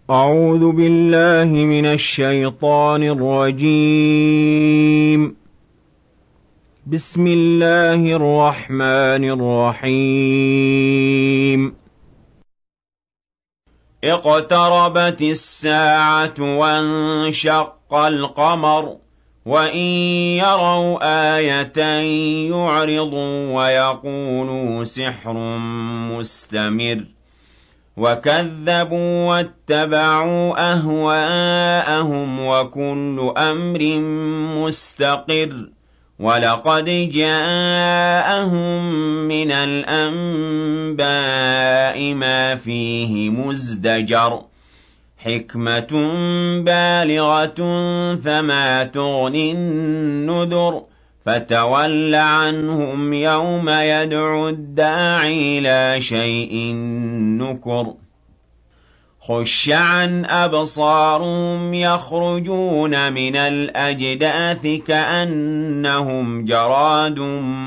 أعوذ بالله من الشيطان الرجيم. بسم الله الرحمن الرحيم. اقتربت الساعة وانشق القمر وإن يروا آية يعرضوا ويقولوا سحر مستمر وكذبوا واتبعوا أهواءهم وكل أمر مستقر ولقد جاءهم من الأنباء ما فيه مزدجر حكمة بالغة فما تغني النذر فتول عنهم يوم يدعو الداعي إلى شيء نكر خش عن أبصارهم يخرجون من الأجداث كأنهم جراد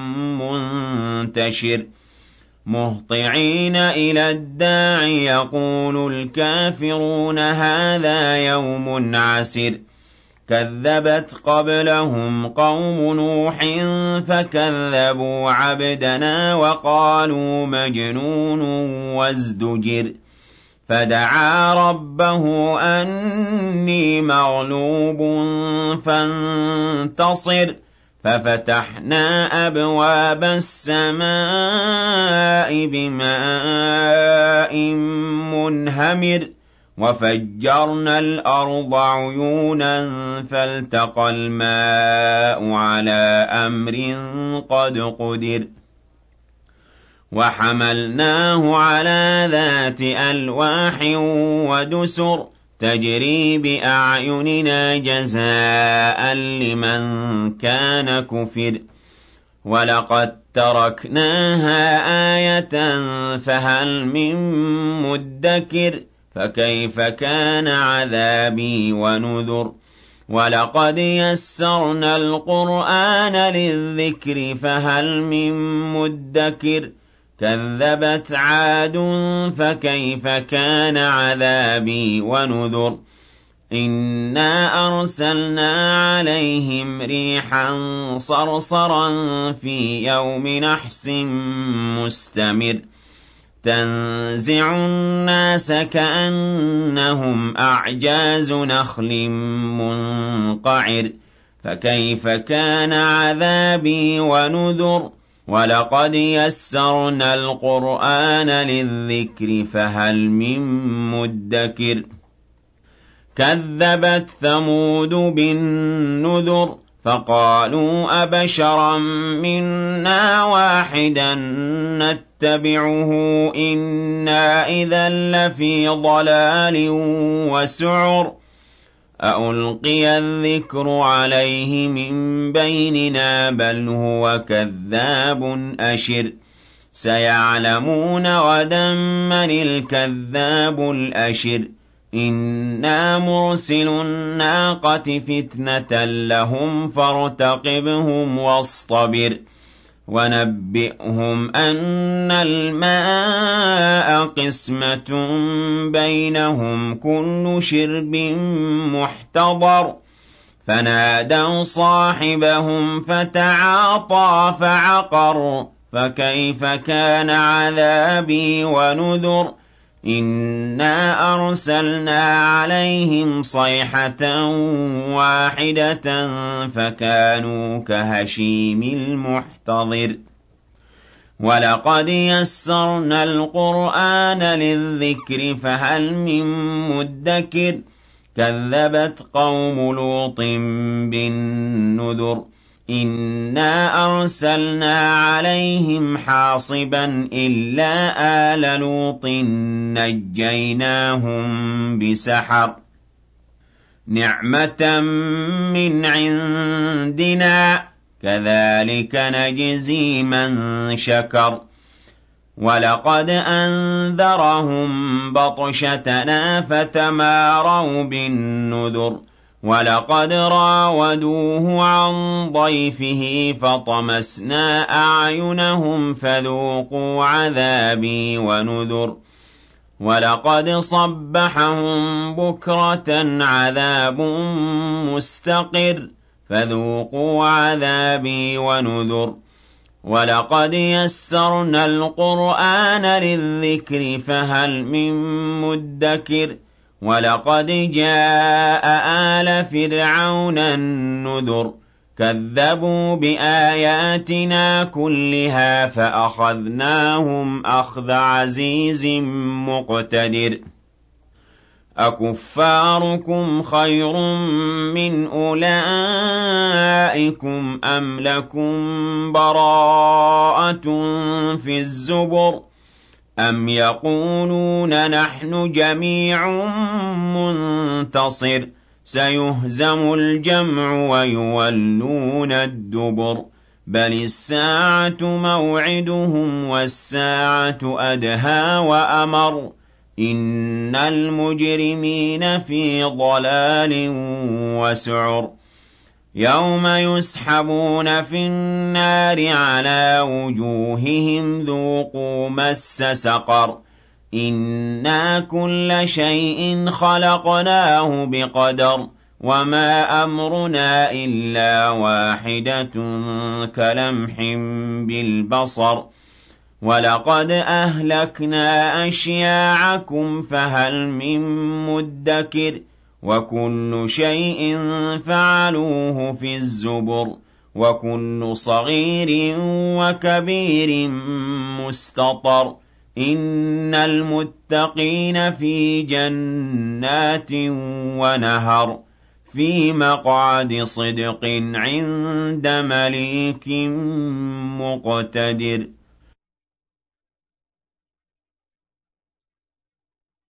منتشر مهطعين إلى الداعي يقول الكافرون هذا يوم عسر كذبت قبلهم قوم نوح فكذبوا عبدنا وقالوا مجنون وازدجر فدعا ربه أني مغلوب فانتصر ففتحنا أبواب السماء بماء منهمر وفجرنا الأرض عيونا فالتقى الماء على أمر قد قدر وحملناه على ذات ألواح ودسر تجري بأعيننا جزاء لمن كان كفر ولقد تركناها آية فهل من مدكر فكيف كان عذابي ونذر ولقد يسرنا القرآن للذكر فهل من مدكر كذبت عاد فكيف كان عذابي ونذر إنا أرسلنا عليهم ريحا صرصرا في يوم نحس مستمر تنزع الناس كأنهم أعجاز نخل منقعر فكيف كان عذابي ونذر ولقد يسرنا القرآن للذكر فهل من مدكر كذبت ثمود بالنذر فقالوا أبشرا منا واحدا نتبعه إنا إذا لفي ضلال وسعر أألقي الذكر عليه من بيننا بل هو كذاب أشر سيعلمون غدا من الكذاب الأشر إنا مرسل الناقة فتنة لهم فارتقبهم واصطبر ونبئهم أن الماء قسمة بينهم كل شرب محتضر فنادوا صاحبهم فتعاطى فعقر فكيف كان عذابي ونذر إنا أرسلنا عليهم صيحة واحدة فكانوا كهشيم المحتضر ولقد يسرنا القرآن للذكر فهل من مدكر كذبت قوم لوط بالنذر إنا أرسلنا عليهم حاصبا إلا آل لوط نجيناهم بسحر نعمة من عندنا كذلك نجزي من شكر ولقد أنذرهم بطشتنا فتماروا بالنذر ولقد راودوه عن ضيفه فطمسنا أعينهم فذوقوا عذابي ونذر وَلَقَدْ صَبَّحَهُم بُكْرَةً عَذَابٌ مُّسْتَقِرٌّ فَذُوقُوا عَذَابِي وَنُذُرِ وَلَقَدْ يَسَّرْنَا الْقُرْآنَ لِلذِّكْرِ فَهَلْ مِن مُّدَّكِرٍ وَلَقَدْ جَاءَ آلَ فِرْعَوْنَ النُّذُرُ كَذَّبُوا بِآيَاتِنَا كُلِّهَا فَأَخَذْنَاهُمْ أَخْذَ عَزِيزٍ مُّقْتَدِرٍ أَكُفَّارُكُمْ خَيْرٌ مِّنْ أُولَئِكُمْ أَمْ لَكُمْ بَرَاءَةٌ فِي الزُّبُرِ أَمْ يَقُولُونَ نَحْنُ جَمِيعٌ مُّنتَصِرٌ سَيُهْزَمُ الْجَمْعُ وَيُوَلُّونَ الدُّبُرَ بَلِ السَّاعَةُ مَوْعِدُهُمْ وَالسَّاعَةُ أَدْهَىٰ وَأَمَرُّ إِنَّ الْمُجْرِمِينَ فِي ضَلَالٍ وَسُعُرٍ يَوْمَ يُسْحَبُونَ فِي النَّارِ عَلَىٰ وُجُوهِهِمْ ذُوقُوا مَسَّ سَقَرَ إِنَّا كُلَّ شَيْءٍ خَلَقْنَاهُ بِقَدَرٍ وَمَا أَمْرُنَا إِلَّا وَاحِدَةٌ كَلَمْحٍ بِالْبَصَرِ وَلَقَدْ أَهْلَكْنَا أَشْيَاعَكُمْ فَهَلْ مِن مُّدَّكِرٍ وَكُلُّ شَيْءٍ فَعَلُوهُ فِي الزُّبُرِ وَكُلُّ صَغِيرٍ وَكَبِيرٍ مُّسْتَطَرٍ إِنَّ الْمُتَّقِينَ فِي جَنَّاتٍ وَنَهَرٍ فِي مَقْعَدِ صِدْقٍ عِندَ مَلِيكٍ مُّقْتَدِرٍ